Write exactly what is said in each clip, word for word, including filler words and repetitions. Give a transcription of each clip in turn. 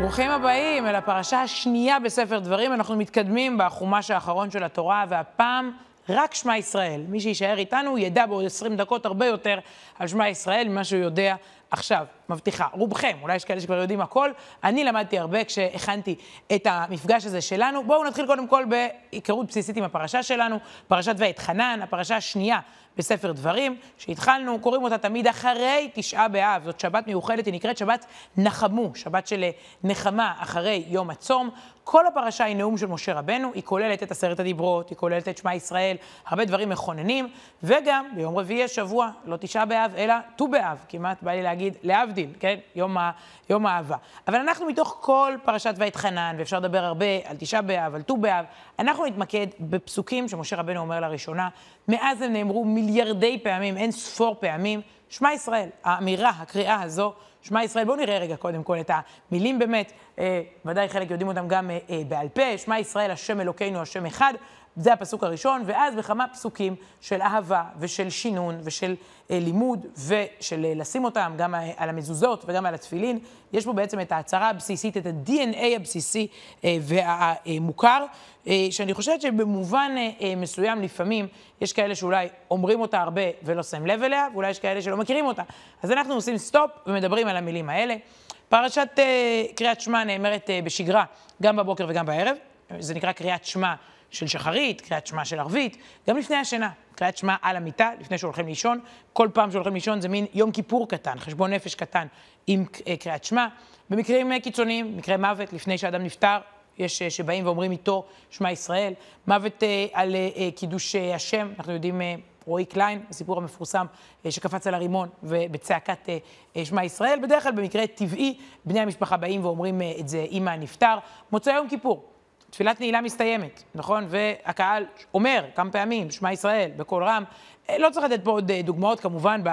ברוכים הבאים אל הפרשה השנייה בספר דברים. אנחנו מתקדמים בחומש האחרון של התורה, והפעם רק שמע ישראל. מי שישאר איתנו ידע בעוד עשרים דקות הרבה יותר על שמע ישראל ממה שהוא יודע עכשיו. מבטיחה, רובכם, אולי יש כאלה שכבר יודעים הכל. אני למדתי הרבה כשהכנתי את המפגש הזה שלנו. בואו נתחיל קודם כל בהיכרות בסיסית עם הפרשה שלנו, פרשת ואתחנן, הפרשה השנייה בספר דברים, שהתחלנו, קוראים אותה תמיד אחרי תשעה באב. זאת שבת מיוחדת, היא נקראת שבת נחמו, שבת של נחמה אחרי יום הצום. כל הפרשה היא נאום של משה רבנו, היא כוללת את עשרת הדיברות, היא כוללת את שמע ישראל, הרבה דברים מכוננים, וגם ביום רביעי השבוע, לא תשעה באב, אלא ט"ו באב, כמעט בא לי להגיד להבדיל, כן? יום, ה, יום האהבה. אבל אנחנו מתוך כל פרשת ואתחנן, ואפשר לדבר הרבה על תשעה באב, על ט"ו באב, אנחנו נתמקד בפסוקים שמשה רבנו אומר לראשונה, מאז הם נאמרו מיליארדי פעמים, אין ספור פעמים, שמע ישראל, האמירה, הקריאה הזו, שמע ישראל, בואו נראה רגע קודם כל את המילים באמת, אה, ודאי חלק יודעים אותם גם אה, בעל פה, שמע ישראל, השם אלוקינו, השם אחד, זה הפסוק הראשון, ואז בכמה פסוקים של אהבה ושל שינון ושל אה, לימוד ושל אה, לשים אותם גם אה, על המזוזות וגם על התפילין, יש פה בעצם את ההצהרה הבסיסית, את ה-די אן איי הבסיסי אה, והמוכר, אה, שאני חושבת שבמובן אה, אה, מסוים לפעמים יש כאלה שאולי אומרים אותה הרבה ולא שמים לב אליה, ואולי יש כאלה שלא מכירים אותה. אז אנחנו עושים סטופ ומדברים על המילים האלה. פרשת אה, קריאת שמע נאמרת אה, בשגרה, גם בבוקר וגם בערב. זה נקרא קריאת שמע של שחרית, קריאת שמע של ערבית, גם לפני השינה, קריאת שמע על המיטה, לפני שהולכים לישון. כל פעם שהולכים לישון זה מין יום כיפור קטן, חשבון נפש קטן עם אה, קריאת שמע. במקרים אה, קיצוניים, מקרה מוות, לפני שאדם נפטר, יש אה, שבאים ואומרים איתו שמע ישראל. מוות אה, על אה, קידוש אה, השם, אנחנו יודעים אה, רועי קליין, הסיפור המפורסם שקפץ על הרימון ובצעקת שמע ישראל. בדרך כלל במקרה טבעי, בני המשפחה באים ואומרים את זה עם הנפטר. מוצא יום כיפור, תפילת נעילה מסתיימת, נכון? והקהל אומר כמה פעמים, שמע ישראל, בקול רם. לא צריך לתת פה עוד דוגמאות, כמובן,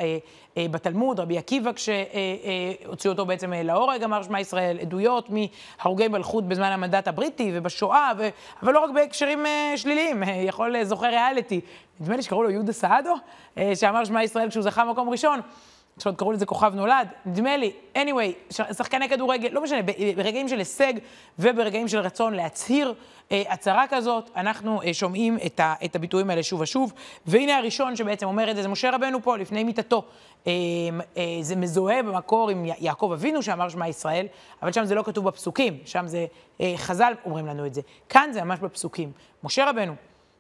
בתלמוד, רבי עקיבא, כשהוציאו אותו בעצם להורג, אמר שמע ישראל, עדויות מהרוגי מלכות בזמן המנדט הבריטי ובשואה, אבל לא רק בהקשרים שליליים, יכול זוכר ריאליטי. נדמה לי שקראו לו יהודה סעדו, שאמר שמע ישראל כשהוא זכה מקום ראשון, שעוד קראו לזה כוכב נולד, נדמה לי, anyway, שחקני כדורגל, לא משנה, ברגעים של הישג וברגעים של רצון להצהיר אה, הצהרה כזאת, אנחנו אה, שומעים את, ה, את הביטויים האלה שוב ושוב, והנה הראשון שבעצם אומר את זה, זה משה רבנו פה, לפני מיתתו. אה, אה, זה מזוהה במקור עם יעקב אבינו שאמר שמע ישראל, אבל שם זה לא כתוב בפסוקים, שם זה אה, חז"ל אומרים לנו את זה. כאן זה ממש בפסוקים. משה רבנו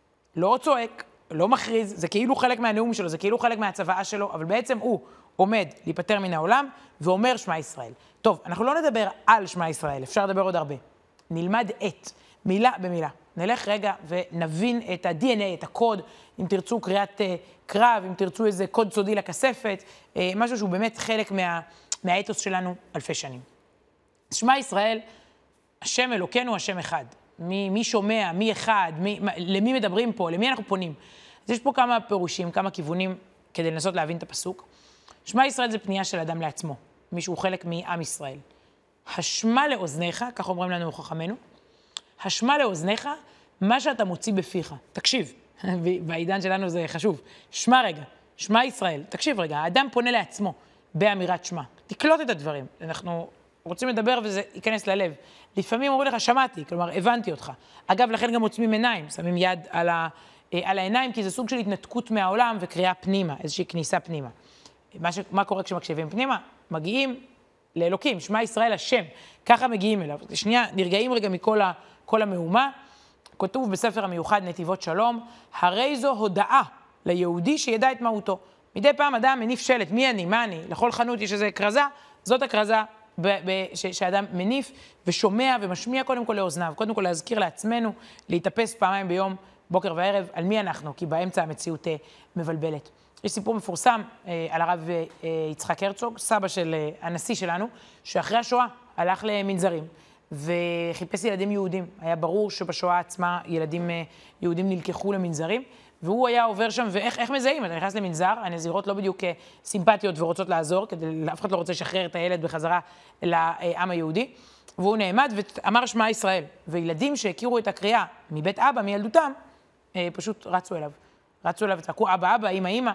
לא צועק, לא מכריז, זה כאילו חלק מהנאום שלו, זה כאילו חלק מהצוואה שלו, אבל בעצם הוא עומד להיפטר מן העולם ואומר שמע ישראל. טוב, אנחנו לא נדבר על שמע ישראל, אפשר לדבר עוד הרבה. נלמד את, מילה במילה. נלך רגע ונבין את ה-די אן איי, את הקוד, אם תרצו קריאת uh, קרב, אם תרצו איזה קוד סודי לכספת, uh, משהו שהוא באמת חלק מה, מהאתוס שלנו אלפי שנים. שמע ישראל, השם אלוקינו, השם אחד. מי, מי שומע, מי אחד, מי, למי מדברים פה, למי אנחנו פונים. אז יש פה כמה פירושים, כמה כיוונים כדי לנסות להבין את הפסוק. שמע ישראל זה פנייה של אדם לעצמו, מישהו חלק מעם ישראל. השמע לאוזניך, כך אומרים לנו חכמינו, השמע לאוזניך מה שאתה מוציא בפיך. תקשיב, בעידן שלנו זה חשוב. שמע רגע, שמע ישראל, תקשיב רגע, האדם פונה לעצמו באמירת שמע. תקלוט את הדברים, אנחנו רוצים לדבר וזה ייכנס ללב. לפעמים אומרים לך, שמעתי, כלומר, הבנתי אותך. אגב, לכן גם עוצמים עיניים, שמים יד על, ה, על העיניים, כי זה סוג של התנתקות מהעולם וקריאה פנימה, איזושהי כניסה פנימה. מה, ש... מה קורה כשמקשיבים פנימה? מגיעים לאלוקים, שמע ישראל השם, ככה מגיעים אליו. שנייה, נרגעים רגע מכל ה... כל המהומה. כתוב בספר המיוחד נתיבות שלום, הרי זו הודעה ליהודי שידע את מהותו. מדי פעם אדם מניף שלט, מי אני, מה אני? לכל חנות יש איזו קרזה, זאת הקרזה ב... ב... ש... שאדם מניף ושומע ומשמיע קודם כל לאוזניו. קודם כל להזכיר לעצמנו, להתאפס פעמיים ביום, בוקר וערב, על מי אנחנו, כי באמצע המציאות אה, מבלבלת. יש סיפור מפורסם אה, על הרב אה, יצחק הרצוג, סבא של אה, הנשיא שלנו, שאחרי השואה הלך למנזרים וחיפש ילדים יהודים. היה ברור שבשואה עצמה ילדים אה, יהודים נלקחו למנזרים, והוא היה עובר שם, ואיך איך מזהים? אתה נכנס למנזר, הנזירות לא בדיוק אה, סימפטיות ורוצות לעזור, כדי, אף אחד לא רוצה לשחרר את הילד בחזרה לעם היהודי, והוא נעמד ואמר שמע ישראל, וילדים שהכירו את הקריאה מבית אבא, מילדותם, אה, פשוט רצו אליו. רצו אליו וצעקו אבא, אבא, אמא, אמא,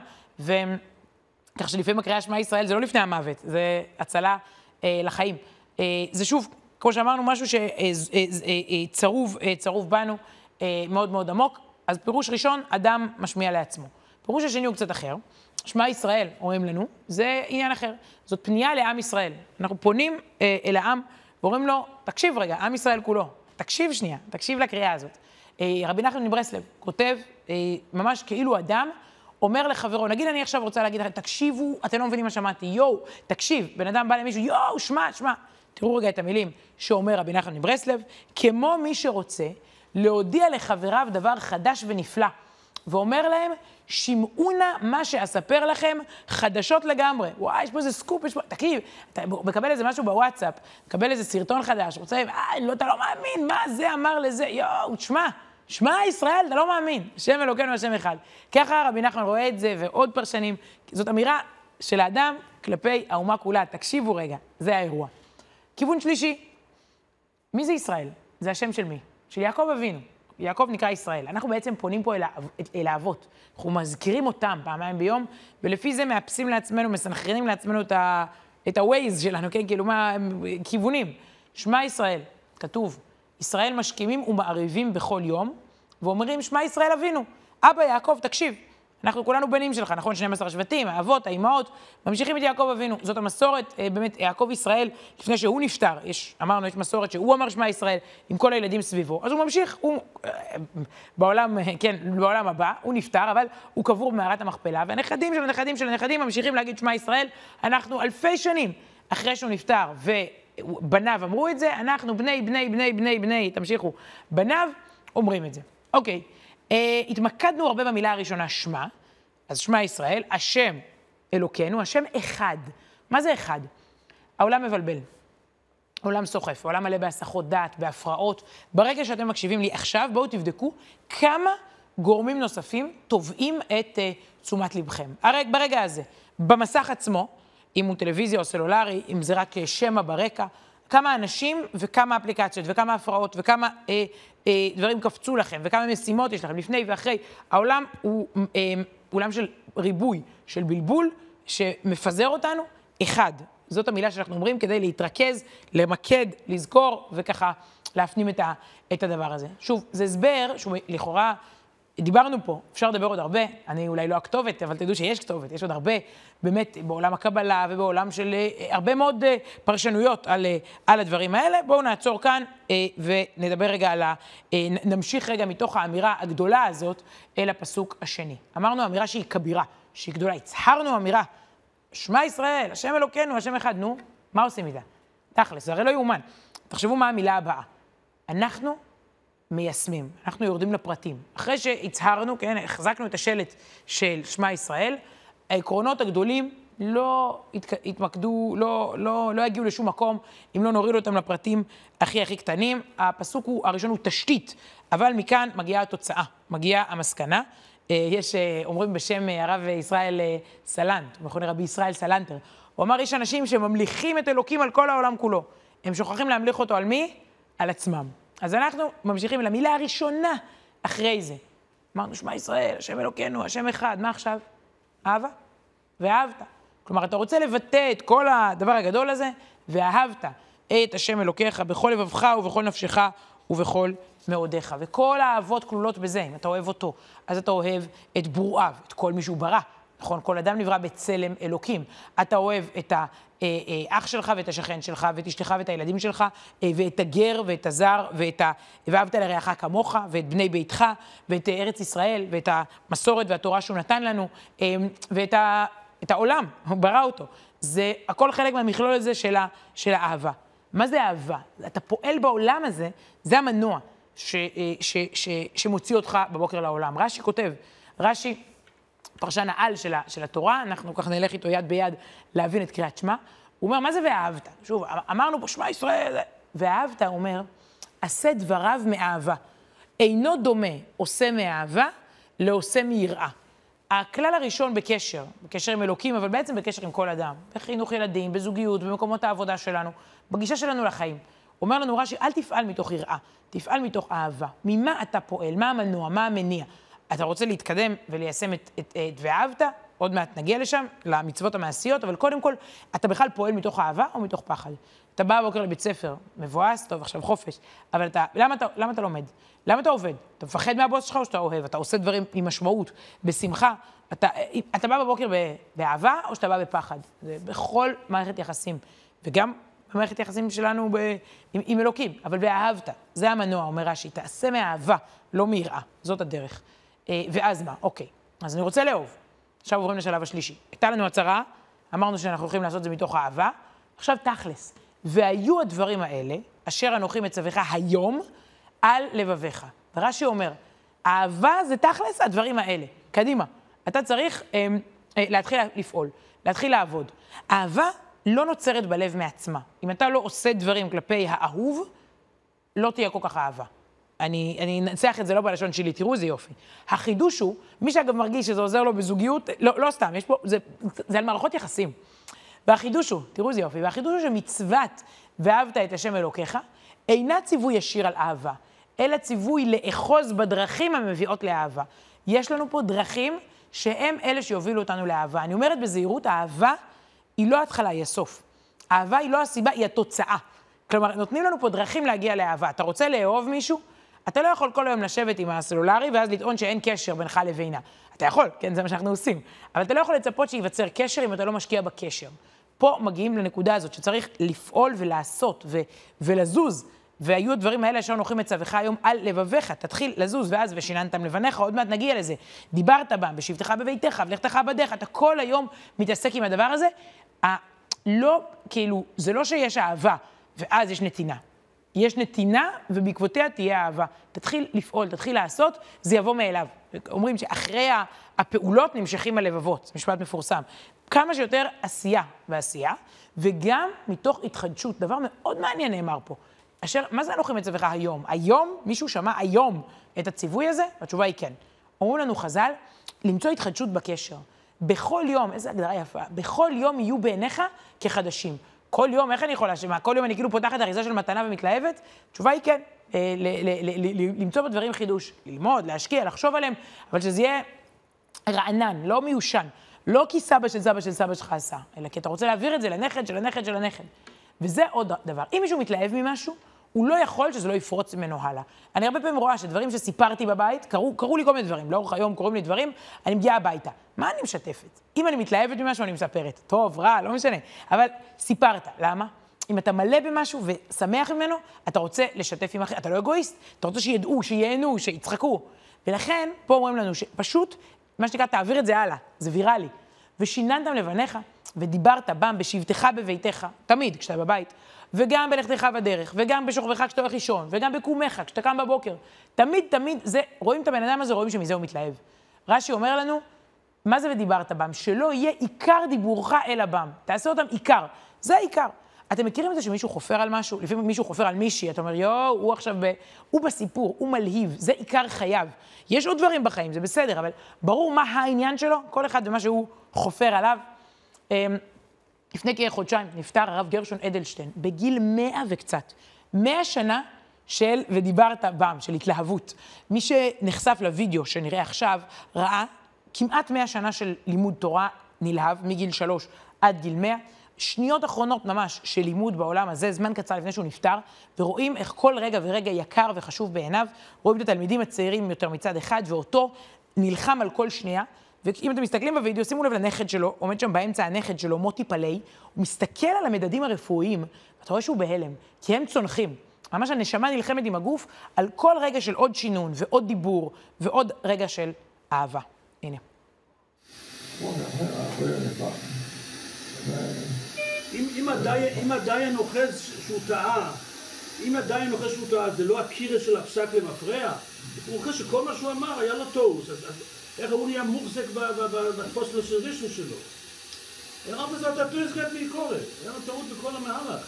וכך שלפעמים הקריאה שמע ישראל זה לא לפני המוות, זה הצלה אה, לחיים. אה, זה שוב כמו שאמרנו, משהו שצרוב, צרוב בנו מאוד מאוד עמוק. אז פירוש ראשון, אדם משמיע לעצמו. פירוש השני הוא קצת אחר. שמע ישראל, אומרים לנו, זה עניין אחר. זאת פנייה לעם ישראל. אנחנו פונים אל העם ואומרים לו, תקשיב רגע, עם ישראל כולו, תקשיב שנייה, תקשיב לקריאה הזאת. רבי נחמן מברסלב כותב, ממש כאילו אדם, אומר לחברו, נגיד אני עכשיו רוצה להגיד לכם, תקשיבו, אתם לא מבינים מה שמעתי, יואו, תקשיב, בן אדם בא למישהו, יואו, שמע, שמע. תראו רגע את המילים שאומר רבי נחמן מברסלב, כמו מי שרוצה להודיע לחבריו דבר חדש ונפלא, ואומר להם, שמעו נא מה שאספר לכם חדשות לגמרי. וואי, יש פה איזה סקופ, יש פה... תקשיב, אתה מקבל איזה משהו בוואטסאפ, מקבל איזה סרטון חדש, רוצה, אה, לא, אתה לא מאמין, מה זה אמר לזה? יואו, תשמע, שמע ישראל, אתה לא מאמין. השם אלוקינו, השם אחד. ככה רבי נחמן רואה את זה, ועוד פרשנים. זאת אמירה של האדם כלפי האומה כולה. תקשיבו רגע, זה האירוע. כיוון שלישי, מי זה ישראל? זה השם של מי? של יעקב אבינו. יעקב נקרא ישראל. אנחנו בעצם פונים פה אל, אל האבות. אנחנו מזכירים אותם פעמיים ביום, ולפי זה מאפסים לעצמנו, מסנחרנים לעצמנו את ה, את ה-ways שלנו, כן? כאילו מה, כיוונים. שמע ישראל, כתוב, ישראל משכימים ומעריבים בכל יום, ואומרים, שמע ישראל אבינו. אבא יעקב, תקשיב. אנחנו כולנו בנים שלך, נכון? שנים עשר שבטים, האבות, האימהות, ממשיכים את יעקב אבינו. זאת המסורת, באמת, יעקב ישראל, לפני שהוא נפטר, יש, אמרנו, יש מסורת שהוא אמר שמע ישראל עם כל הילדים סביבו, אז הוא ממשיך, הוא, בעולם, כן, בעולם הבא, הוא נפטר, אבל הוא קבור במערת המכפלה, והנכדים של הנכדים של הנכדים ממשיכים להגיד שמע ישראל, אנחנו אלפי שנים אחרי שהוא נפטר, ובניו אמרו את זה, אנחנו בני, בני, בני, בני, בני, תמשיכו, בניו אומרים את זה. אוקיי. Uh, התמקדנו הרבה במילה הראשונה, שמה, אז שמה ישראל, השם אלוקינו, השם אחד. מה זה אחד? העולם מבלבל, העולם סוחף, העולם מלא בהסחות דעת, בהפרעות. ברגע שאתם מקשיבים לי עכשיו, בואו תבדקו כמה גורמים נוספים תובעים את uh, תשומת לבכם. הרי ברגע הזה, במסך עצמו, אם הוא טלוויזיה או סלולרי, אם זה רק שמע ברקע, כמה אנשים וכמה אפליקציות וכמה הפרעות וכמה אה, אה, דברים קפצו לכם וכמה משימות יש לכם לפני ואחרי. העולם הוא אה, עולם של ריבוי, של בלבול, שמפזר אותנו אחד. זאת המילה שאנחנו אומרים כדי להתרכז, למקד, לזכור וככה להפנים את, ה, את הדבר הזה. שוב, זה הסבר שהוא לכאורה, דיברנו פה, אפשר לדבר עוד הרבה, אני אולי לא הכתובת, אבל תדעו שיש כתובת, יש עוד הרבה, באמת, בעולם הקבלה ובעולם של הרבה מאוד פרשנויות על, על הדברים האלה. בואו נעצור כאן ונדבר רגע על ה... נמשיך רגע מתוך האמירה הגדולה הזאת אל הפסוק השני. אמרנו אמירה שהיא כבירה, שהיא גדולה, הצהרנו אמירה, שמע ישראל, השם אלוקינו, השם אחד, נו, מה עושים איתה? תכלס, זה הרי לא יאומן. תחשבו מה המילה הבאה. אנחנו מיישמים, אנחנו יורדים לפרטים. אחרי שהצהרנו, כן, החזקנו את השלט של שמע ישראל, העקרונות הגדולים לא התמקדו, לא, לא, לא הגיעו לשום מקום, אם לא נוריד אותם לפרטים הכי הכי קטנים. הפסוק הוא, הראשון הוא תשתית, אבל מכאן מגיעה התוצאה, מגיעה המסקנה. יש, אומרים בשם הרב ישראל סלנט, מכונה רבי ישראל סלנטר, הוא אמר, יש אנשים שממליכים את אלוקים על כל העולם כולו. הם שוכחים להמליך אותו על מי? על עצמם. אז אנחנו ממשיכים למילה הראשונה אחרי זה. אמרנו, שמע ישראל, השם אלוקינו, השם אחד, מה עכשיו? אהבה ואהבת. כלומר, אתה רוצה לבטא את כל הדבר הגדול הזה, ואהבת את השם אלוקיך בכל לבבך ובכל נפשך ובכל מאודיך. וכל האהבות כלולות בזה, אם אתה אוהב אותו, אז אתה אוהב את ברואיו, את כל מי שהוא ברא. נכון, כל אדם נברא בצלם אלוקים. אתה אוהב את האח שלך ואת השכן שלך ואת אשתך ואת הילדים שלך ואת הגר ואת הזר ואת ה... ואהבת לרעך כמוך ואת בני ביתך ואת ארץ ישראל ואת המסורת והתורה שהוא נתן לנו ואת ה... את העולם, הוא ברא אותו. זה הכל חלק מהמכלול הזה של, ה... של האהבה. מה זה אהבה? אתה פועל בעולם הזה, זה המנוע ש... ש... ש... שמוציא אותך בבוקר לעולם. רש"י כותב, רש"י פרשן העל של, של התורה, אנחנו כך נלך איתו יד ביד להבין את קריאת שמע. הוא אומר, מה זה ואהבת? שוב, אמרנו פה שמע ישראל, ואהבת, הוא אומר, עשה דבריו מאהבה. אינו דומה עושה מאהבה לעושה מיראה. הכלל הראשון בקשר, בקשר עם אלוקים, אבל בעצם בקשר עם כל אדם, בחינוך ילדים, בזוגיות, במקומות העבודה שלנו, בגישה שלנו לחיים. אומר לנו רש"י, אל תפעל מתוך יראה, תפעל מתוך אהבה. ממה אתה פועל? מה המנוע? מה המניע? אתה רוצה להתקדם וליישם את, את, את ואהבת, עוד מעט נגיע לשם, למצוות המעשיות, אבל קודם כל, אתה בכלל פועל מתוך אהבה או מתוך פחד? אתה בא בבוקר לבית ספר, מבואס, טוב, עכשיו חופש, אבל אתה, למה אתה, למה אתה לומד? למה אתה עובד? אתה מפחד מהבוס שלך או שאתה אוהב? אתה עושה דברים עם משמעות, בשמחה. אתה, אתה בא בבוקר באהבה או שאתה בא בפחד? זה בכל מערכת יחסים, וגם במערכת יחסים שלנו ב, עם, עם אלוקים, אבל באהבת. זה המנוע, אומר רש"י, תעשה מאהבה, לא מיראה. זאת הדרך. ואז מה? אוקיי. אז אני רוצה לאהוב. עכשיו עוברים לשלב השלישי. הייתה לנו הצהרה, אמרנו שאנחנו הולכים לעשות את זה מתוך אהבה, עכשיו תכלס. והיו הדברים האלה, אשר אנוכי מצווך היום, על לבביך. ורש"י אומר, אהבה זה תכלס הדברים האלה. קדימה. אתה צריך אה, אה, להתחיל לפעול, להתחיל לעבוד. אהבה לא נוצרת בלב מעצמה. אם אתה לא עושה דברים כלפי האהוב, לא תהיה כל כך אהבה. אני, אני אנצח את זה לא בלשון שלי, תראו איזה יופי. החידוש הוא, מי שאגב מרגיש שזה עוזר לו בזוגיות, לא, לא סתם, יש פה, זה, זה על מערכות יחסים. והחידוש הוא, תראו איזה יופי, והחידוש הוא שמצוות ואהבת את השם אלוקיך, אינה ציווי ישיר על אהבה, אלא ציווי לאחוז בדרכים המביאות לאהבה. יש לנו פה דרכים שהם אלה שיובילו אותנו לאהבה. אני אומרת בזהירות, האהבה היא לא התחלה, היא הסוף. האהבה היא לא הסיבה, היא התוצאה. כלומר, נותנים לנו פה דרכים להגיע לאהבה. אתה רוצה לאהוב מישהו? אתה לא יכול כל היום לשבת עם הסלולרי, ואז לטעון שאין קשר בינך לבינה. אתה יכול, כן, זה מה שאנחנו עושים. אבל אתה לא יכול לצפות שיווצר קשר אם אתה לא משקיע בקשר. פה מגיעים לנקודה הזאת שצריך לפעול ולעשות ו- ולזוז. והיו הדברים האלה אשר אנוכי מצווך היום על לבביך. תתחיל לזוז, ואז ושיננתם לבניך, עוד מעט נגיע לזה. דיברת בם, בשבתך בביתך, ולכתך בדרך. אתה כל היום מתעסק עם הדבר הזה. לא, כאילו, זה לא שיש אהבה, ואז יש נתינה. יש נתינה, ובעקבותיה תהיה אהבה. תתחיל לפעול, תתחיל לעשות, זה יבוא מאליו. אומרים שאחרי הפעולות נמשכים הלבבות, זה משפט מפורסם. כמה שיותר עשייה ועשייה, וגם מתוך התחדשות. דבר מאוד מעניין נאמר פה. אשר, מה זה אנוכי מצווך היום? היום, מישהו שמע היום את הציווי הזה? התשובה היא כן. אומרים לנו חז"ל, למצוא התחדשות בקשר. בכל יום, איזו הגדרה יפה, בכל יום יהיו בעיניך כחדשים. כל יום, איך אני יכולה? שמה, כל יום אני כאילו פותחת אריזה של מתנה ומתלהבת? התשובה היא כן. אה, ל- ל- ל- ל- למצוא בדברים חידוש. ללמוד, להשקיע, לחשוב עליהם, אבל שזה יהיה רענן, לא מיושן. לא כי סבא של סבא של סבא שלך עשה, אלא כי אתה רוצה להעביר את זה לנכד של הנכד של הנכד. וזה עוד דבר. אם מישהו מתלהב ממשהו, הוא לא יכול שזה לא יפרוץ ממנו הלאה. אני הרבה פעמים רואה שדברים שסיפרתי בבית, קרו, קרו לי כל מיני דברים, לאורך היום קוראים לי דברים, אני מגיעה הביתה. מה אני משתפת? אם אני מתלהבת ממשהו, אני מספרת. טוב, רע, לא משנה. אבל סיפרת. למה? אם אתה מלא במשהו ושמח ממנו, אתה רוצה לשתף עם אחר. אתה לא אגואיסט, אתה רוצה שידעו, שיהנו, שיצחקו. ולכן, פה אומרים לנו שפשוט, מה שנקרא, תעביר את זה הלאה. זה ויראלי. ושיננתם לבניך, ודיברת בם בשבתך בביתך, תמיד כשאתה בבית, וגם בלכתך בדרך, וגם בשוכבך כשאתה הולך לישון, וגם בקומך כשאתה קם בבוקר. תמיד, תמיד, זה, רואים את הבן אדם הזה, רואים שמזה הוא מתלהב. רש"י אומר לנו, מה זה ודיברת בם? שלא יהיה עיקר דיבורך אל הבם. תעשה אותם עיקר. זה העיקר. אתם מכירים את זה שמישהו חופר על משהו? לפעמים מישהו חופר על מישהי, אתה אומר, יו, הוא עכשיו ב... הוא בסיפור, הוא מלהיב, זה עיקר חייו. יש עוד דברים בחיים, זה בסדר, אבל ברור מה העניין שלו, כל אחד ומה שהוא חופר עליו. לפני כחודשיים נפטר הרב גרשון אדלשטיין, בגיל מאה וקצת. מאה שנה של ודיברת בם, של התלהבות. מי שנחשף לוידאו שנראה עכשיו, ראה כמעט מאה שנה של לימוד תורה נלהב, מגיל שלוש עד גיל מאה. שניות אחרונות ממש של לימוד בעולם הזה, זמן קצר לפני שהוא נפטר, ורואים איך כל רגע ורגע יקר וחשוב בעיניו, רואים את התלמידים הצעירים יותר מצד אחד, ואותו נלחם על כל שנייה, ואם אתם מסתכלים בווידאו, שימו לב לנכד שלו, עומד שם באמצע הנכד שלו, מוטי פלי, הוא מסתכל על המדדים הרפואיים, ואתה רואה שהוא בהלם, כי הם צונחים. ממש הנשמה נלחמת עם הגוף על כל רגע של עוד שינון, ועוד דיבור, ועוד רגע של אהבה. הנה. אם הדיין אוחז שהוא טעה, אם הדיין אוחז שהוא טעה, זה לא הקירה של הפסק למפרע, הוא אוחז שכל מה שהוא אמר היה לו טעות. איך הוא נהיה מוחזק בתפוס לסרישו שלו? הרב הזה אתה טועס גת ביקורת, היה לו טעות בכל המהלך.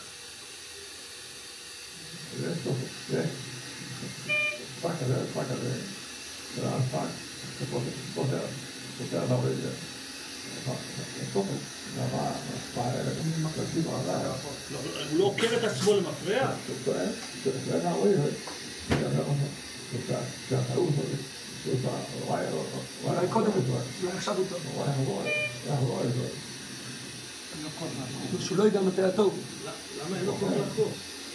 זה טוב, זה פק הזה, פק הזה, זה הפק, זה פותר, פותר הרבה את זה. זה טוב, זה מה, מה, מקלטים עליי. הוא לא עוקר את עצמו למפרע? הוא טוען, זה נעורי, זה שהטעות אולי קודם, אולי עכשיו הוא טוב. שהוא לא ידע מתי הטוב. למה אין לו כוח לחקור?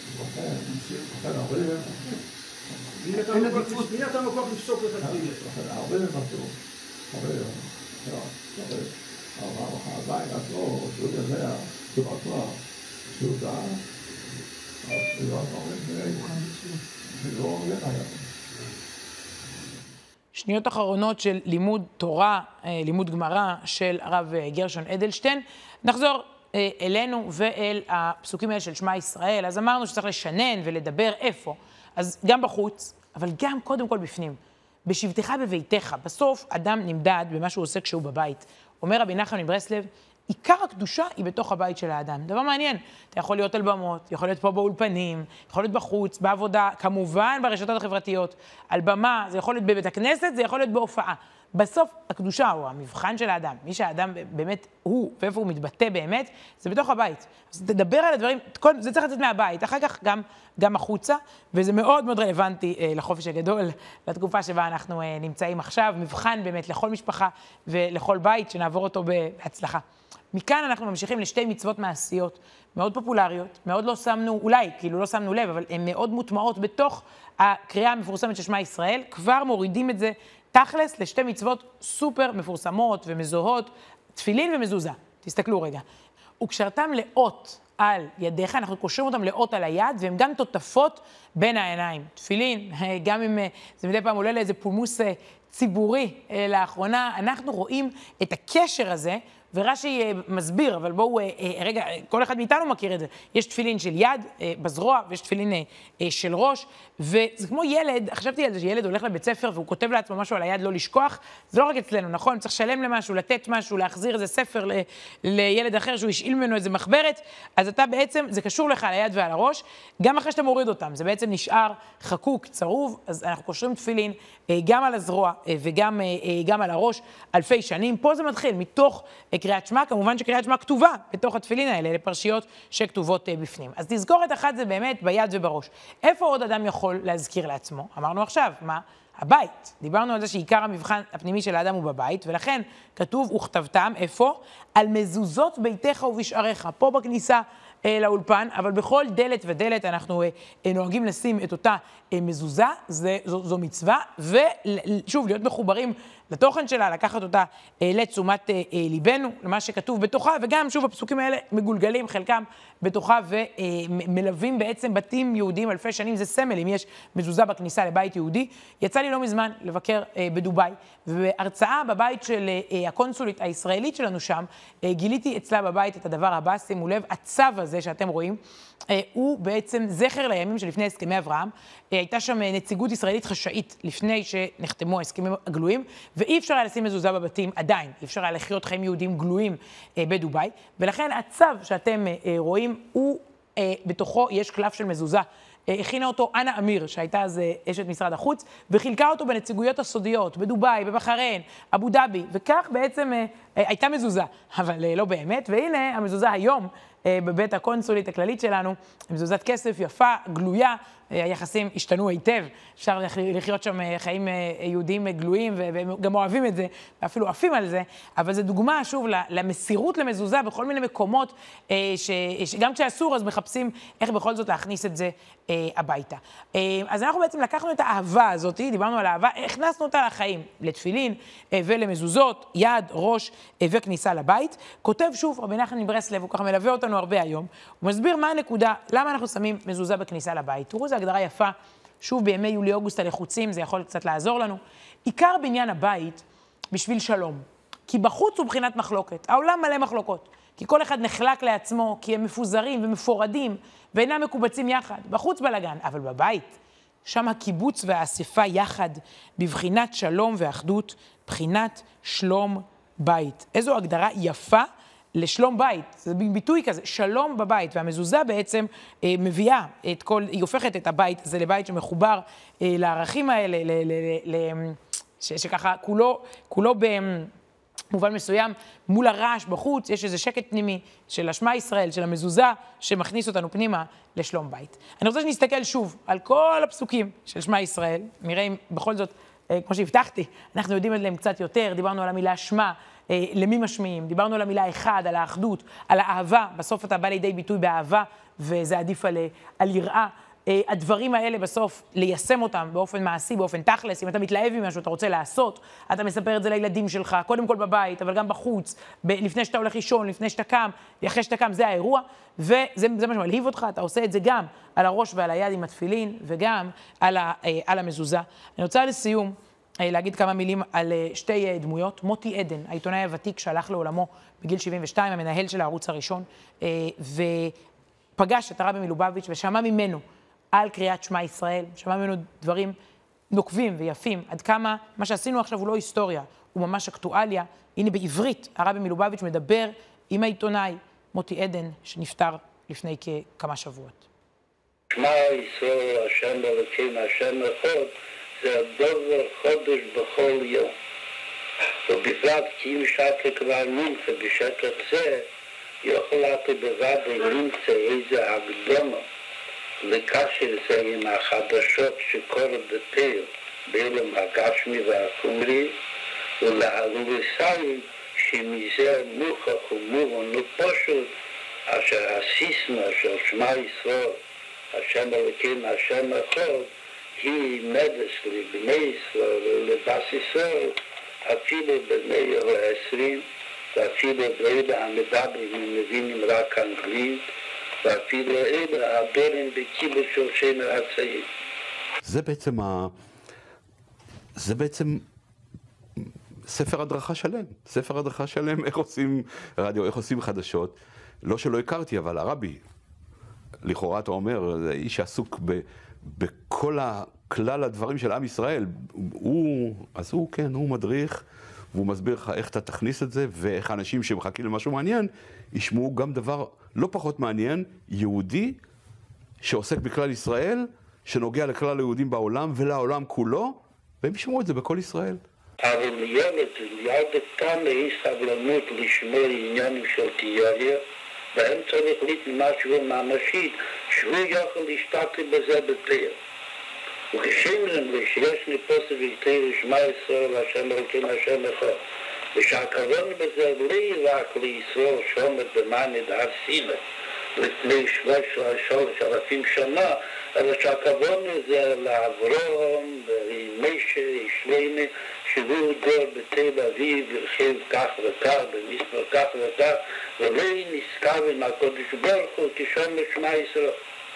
מי אתה מקום לפסוק לך תפילה? הרבה לבטור, הרבה לבטור, אבל עדיין עצמו, שהוא יודע, שהוא בטוח, שהוא דע, אז לא אומרים שלא אומרים היה. שניות אחרונות של לימוד תורה, לימוד גמרא של הרב גרשון אדלשטיין. נחזור אלינו ואל הפסוקים האלה של שמע ישראל. אז אמרנו שצריך לשנן ולדבר איפה. אז גם בחוץ, אבל גם קודם כל בפנים. בשבתך בביתך. בסוף אדם נמדד במה שהוא עושה כשהוא בבית. אומר רבי נחמן מברסלב, עיקר הקדושה היא בתוך הבית של האדם. דבר מעניין, אתה יכול להיות על במות, יכול להיות פה באולפנים, יכול להיות בחוץ, בעבודה, כמובן ברשתות החברתיות, על במה, זה יכול להיות בבית הכנסת, זה יכול להיות בהופעה. בסוף הקדושה הוא המבחן של האדם, מי שהאדם באמת הוא, ואיפה הוא מתבטא באמת, זה בתוך הבית. אז תדבר על הדברים, כל, זה צריך לצאת מהבית, אחר כך גם, גם החוצה, וזה מאוד מאוד רלוונטי אה, לחופש הגדול, לתקופה שבה אנחנו אה, נמצאים עכשיו, מבחן באמת לכל משפחה ולכל בית, שנעבור אותו בהצלחה. מכאן אנחנו ממשיכים לשתי מצוות מעשיות, מאוד פופולריות, מאוד לא שמנו, אולי, כאילו לא שמנו לב, אבל הן מאוד מוטמעות בתוך הקריאה המפורסמת של שמע ישראל, כבר מורידים את זה תכלס לשתי מצוות סופר מפורסמות ומזוהות, תפילין ומזוזה. תסתכלו רגע. וקשרתם לאות על ידיך, אנחנו קושרים אותם לאות על היד, והן גם תותפות בין העיניים. תפילין, גם אם זה מדי פעם עולה לאיזה פולמוס ציבורי לאחרונה, אנחנו רואים את הקשר הזה, ורש"י מסביר, אבל בואו, רגע, כל אחד מאיתנו מכיר את זה. יש תפילין של יד בזרוע, ויש תפילין של ראש, וזה כמו ילד, חשבתי על זה שילד הולך לבית ספר, והוא כותב לעצמו משהו על היד לא לשכוח, זה לא רק אצלנו, נכון? צריך לשלם למשהו, לתת משהו, להחזיר איזה ספר ל, לילד אחר, שהוא ישאיל ממנו איזה מחברת, אז אתה בעצם, זה קשור לך על היד ועל הראש, גם אחרי שאתה מוריד אותם, זה בעצם נשאר חקוק, צרוב, אז אנחנו קושרים תפילין גם על הזרוע וגם גם על הראש, אלפי שנים. פה זה מתחיל מתוך קריאת שמע, כמובן שקריאת שמע כתובה בתוך התפילין האלה, לפרשיות שכתובות בפנים. אז תזכורת אחת זה באמת ביד ובראש. איפה עוד אדם יכול להזכיר לעצמו? אמרנו עכשיו, מה? הבית. דיברנו על זה שעיקר המבחן הפנימי של האדם הוא בבית, ולכן כתוב וכתבתם, איפה? על מזוזות ביתך ובשעריך, פה בכניסה לאולפן, אבל בכל דלת ודלת אנחנו נוהגים לשים את אותה מזוזה, זה, זו, זו מצווה, ושוב, להיות מחוברים לתוכן שלה, לקחת אותה לתשומת ליבנו, למה שכתוב בתוכה, וגם שוב הפסוקים האלה מגולגלים חלקם בתוכה, ומלווים בעצם בתים יהודים אלפי שנים, זה סמל, אם יש מזוזה בכניסה לבית יהודי. יצא לי לא מזמן לבקר בדוביי, ובהרצאה בבית של הקונסולית הישראלית שלנו שם, גיליתי אצלה בבית את הדבר הבא, שימו לב, הצו הזה שאתם רואים, הוא בעצם זכר לימים שלפני הסכמי אברהם, הייתה שם נציגות ישראלית חשאית לפני שנחתמו ההסכמים הגלויים, ואי אפשר היה לשים מזוזה בבתים עדיין, אי אפשר היה לחיות חיים יהודים גלויים בדוביי, ולכן הצו שאתם רואים, הוא בתוכו יש קלף של מזוזה, הכינה אותו אנה אמיר, שהייתה אז אשת משרד החוץ, וחילקה אותו בנציגויות הסודיות, בדוביי, בבחריין, אבו דאבי, וכך בעצם הייתה מזוזה, אבל לא באמת, והנה המזוזה היום, בבית הקונסולית הכללית שלנו, מזוזת כסף יפה, גלויה, היחסים השתנו היטב, אפשר לחיות שם חיים יהודיים גלויים, והם גם אוהבים את זה, ואפילו עפים על זה, אבל זו דוגמה, שוב, למסירות למזוזה בכל מיני מקומות, שגם כשאסור, אז מחפשים איך בכל זאת להכניס את זה הביתה. אז אנחנו בעצם לקחנו את האהבה הזאת, דיברנו על האהבה, הכנסנו אותה לחיים, לתפילין ולמזוזות, יד, ראש וכניסה לבית. כותב שוב רבי נחמן מברסלב, הוא ככה מלווה אותנו הרבה היום, הוא מסביר מה הנקודה, למה אנחנו שמים מזוזה בכניסה לבית. תראו, זו הגדרה יפה, שוב בימי יולי-אוגוסט הלחוצים, זה יכול קצת לעזור לנו. עיקר בניין הבית בשביל שלום, כי בחוץ הוא בחינת מחלוקת, העולם מלא מחלוקות, כי כל אחד נחלק לעצמו, כי הם מפוזרים ומפורדים, ואינם מקובצים יחד, בחוץ בלגן, אבל בבית, שם הקיבוץ והאספה יחד, בבחינת שלום ואחדות, בחינת שלום בית. איזו הגדרה יפה לשלום בית, זה ביטוי כזה, שלום בבית, והמזוזה בעצם אה, מביאה את כל, היא הופכת את הבית הזה לבית שמחובר אה, לערכים האלה, ל, ל, ל, ל, ש, שככה כולו, כולו במובן מסוים, מול הרעש בחוץ, יש איזה שקט פנימי של השמע ישראל, של המזוזה, שמכניס אותנו פנימה לשלום בית. אני רוצה שנסתכל שוב על כל הפסוקים של שמע ישראל, נראה אם בכל זאת כמו שהבטחתי, אנחנו יודעים עליהם קצת יותר, דיברנו על המילה שמה, למי משמיעים, דיברנו על המילה אחד, על האחדות, על האהבה, בסוף אתה בא לידי ביטוי באהבה, וזה עדיף על, על יראה. הדברים האלה בסוף, ליישם אותם באופן מעשי, באופן תכלס, אם אתה מתלהב ממשהו, אתה רוצה לעשות, אתה מספר את זה לילדים שלך, קודם כל בבית, אבל גם בחוץ, ב- לפני שאתה הולך לישון, לפני שאתה קם, אחרי שאתה קם, זה האירוע, וזה זה מה שמלהיב אותך, אתה עושה את זה גם על הראש ועל היד עם התפילין, וגם על, ה, על המזוזה. אני רוצה לסיום להגיד כמה מילים על שתי דמויות. מוטי עדן, העיתונאי הוותיק שהלך לעולמו בגיל שבעים ושתיים, המנהל של הערוץ הראשון, ופגש את הרבי מלובביץ' ושמע ממנו על קריאת שמע ישראל, שמע ממנו דברים נוקבים ויפים, עד כמה מה שעשינו עכשיו הוא לא היסטוריה, הוא ממש אקטואליה. הנה בעברית, הרבי מלובביץ' מדבר עם העיתונאי מוטי עדן, שנפטר לפני כמה שבועות. שמע ישראל, השם אלוקינו, השם אחד, זה הדבר חודש בכל יום. ובפרט כי אם שאתה כבר נמצא בשטח זה, יכול אתה בוודאי נמצא איזה הקדומה. לקשר זה עם החדשות שקורות בפיר, בעולם הגשמי והחומרי, ולהלוסיים שמזה מוכח ומובן ופשוט, אשר הסיסמה של שמע ישראל, השם אלוקינו, השם אחד, היא מדס לבני ישראל ולבס ישראל, אפילו בני העשרים, ואפילו באלה המדברים מבינים רק אנגלית, ואפילו אלה הברים בקיבוץ של שמר הצעיר. זה בעצם ה... זה בעצם ספר הדרכה שלם. ספר הדרכה שלם, איך עושים רדיו, איך עושים חדשות. לא שלא הכרתי, אבל הרבי, לכאורה אתה אומר, זה איש שעסוק ב... בכל הכלל הדברים של עם ישראל. הוא, אז הוא, כן, הוא מדריך, והוא מסביר לך איך אתה תכניס את זה, ואיך האנשים שמחכים למשהו מעניין, ישמעו גם דבר לא פחות מעניין, יהודי, שעוסק בכלל ישראל, שנוגע לכלל היהודים בעולם ולעולם כולו, והם ישמעו את זה בכל ישראל. אבל ילד, ילד כאן יש סבלנות לשמור עניינים של תיאוריה, והם צריך להתמשהו ממשית, שהוא יכול להשתתף בזה בפיר. וכשאומרים לי שיש ניפוסת ויתר לשמע ישראל, השם אלוקינו, השם אחד, ושהכוון בזה לי רק לישראל שעומד במעמד הר סיני לפני שלוש אלפים שנה, אלא שהכוון זה לאברהם ומשה שלמה, שהוא גר בתל אביב, הרחיב כך וכך, במספר כך וכך, ולא נזכר עם הקודש ברוך הוא כשומר שמע ישראל.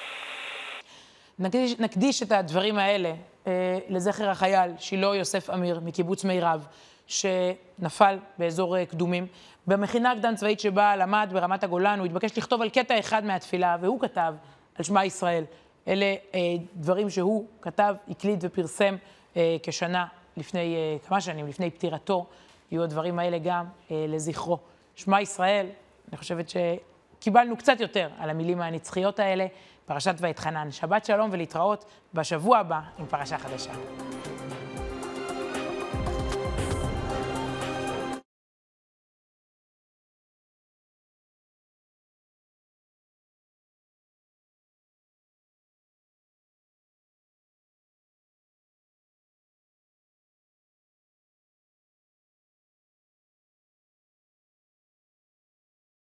נקדיש, נקדיש את הדברים האלה אה, לזכר החייל שילה יוסף אמיר מקיבוץ מירב, שנפל באזור אה, קדומים. במכינה הקדם צבאית שבה למד ברמת הגולן, הוא התבקש לכתוב על קטע אחד מהתפילה, והוא כתב על שמע ישראל. אלה אה, דברים שהוא כתב, הקליד ופרסם אה, כשנה לפני, אה, כמה שנים, לפני פטירתו. יהיו הדברים האלה גם אה, לזכרו. שמע ישראל, אני חושבת שקיבלנו קצת יותר על המילים הנצחיות האלה, פרשת ואתחנן. שבת שלום ולהתראות בשבוע הבא עם פרשה חדשה.